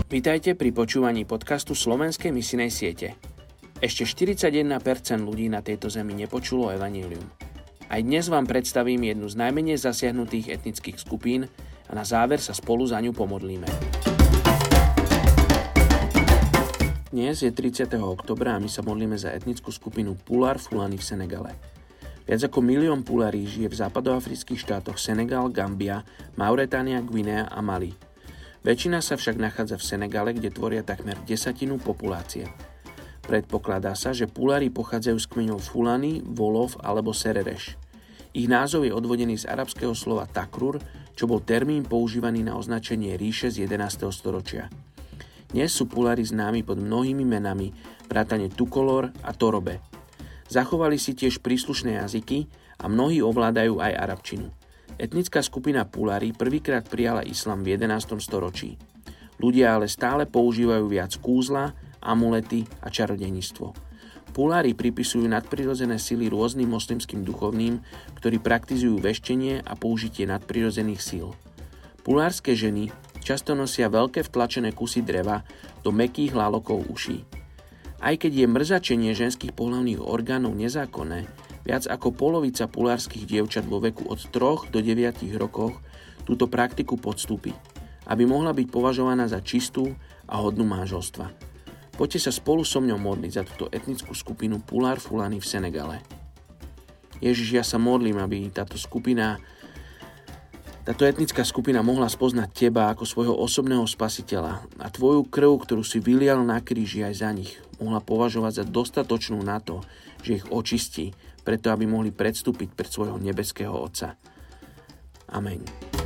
Vítajte pri počúvaní podcastu Slovenskej misijnej siete. Ešte 41% ľudí na tejto zemi nepočulo evanjelium. Aj dnes vám predstavím jednu z najmenej zasiahnutých etnických skupín a na záver sa spolu za ňu pomodlíme. Dnes je 30. októbra a my sa modlíme za etnickú skupinu Pular Fulani v Senegale. Viac ako 1 000 000 Pularí žije v západoafrických štátoch Senegal, Gambia, Mauretánia, Guinea a Mali. Väčšina sa však nachádza v Senegale, kde tvoria takmer 10% populácie. Predpokladá sa, že Pularí pochádzajú z kmeňov Fulani, Wolof alebo Serereš. Ich názov je odvodený z arabského slova takrur, čo bol termín používaný na označenie ríše z 11. storočia. Dnes sú Pularí známi pod mnohými menami, vrátane Tukolor a Torobe. Zachovali si tiež príslušné jazyky a mnohí ovládajú aj arabčinu. Etnická skupina Pularí prvýkrát prijala islám v 11. storočí. Ľudia ale stále používajú viac kúzla, amulety a čarodejníctvo. Pularí pripisujú nadprirodzené sily rôznym moslimským duchovným, ktorí praktizujú veštenie a použitie nadprirodzených síl. Pulárske ženy často nosia veľké vtlačené kusy dreva do mäkkých lálokov uší. Aj keď je mrzačenie ženských pohlavných orgánov nezákonné, viac ako polovica pulárskych dievčat vo veku od 3 do 9 rokov túto praktiku podstúpi, aby mohla byť považovaná za čistú a hodnú manželstva. Poďte sa spolu so mňou modliť za túto etnickú skupinu Pular Fulani v Senegale. Ježiš, ja sa modlím, aby táto etnická skupina mohla spoznať teba ako svojho osobného spasiteľa a tvoju krv, ktorú si vylial na kríži aj za nich, mohla považovať za dostatočnú na to, že ich očistí, preto aby mohli predstúpiť pred svojho nebeského Otca. Amen.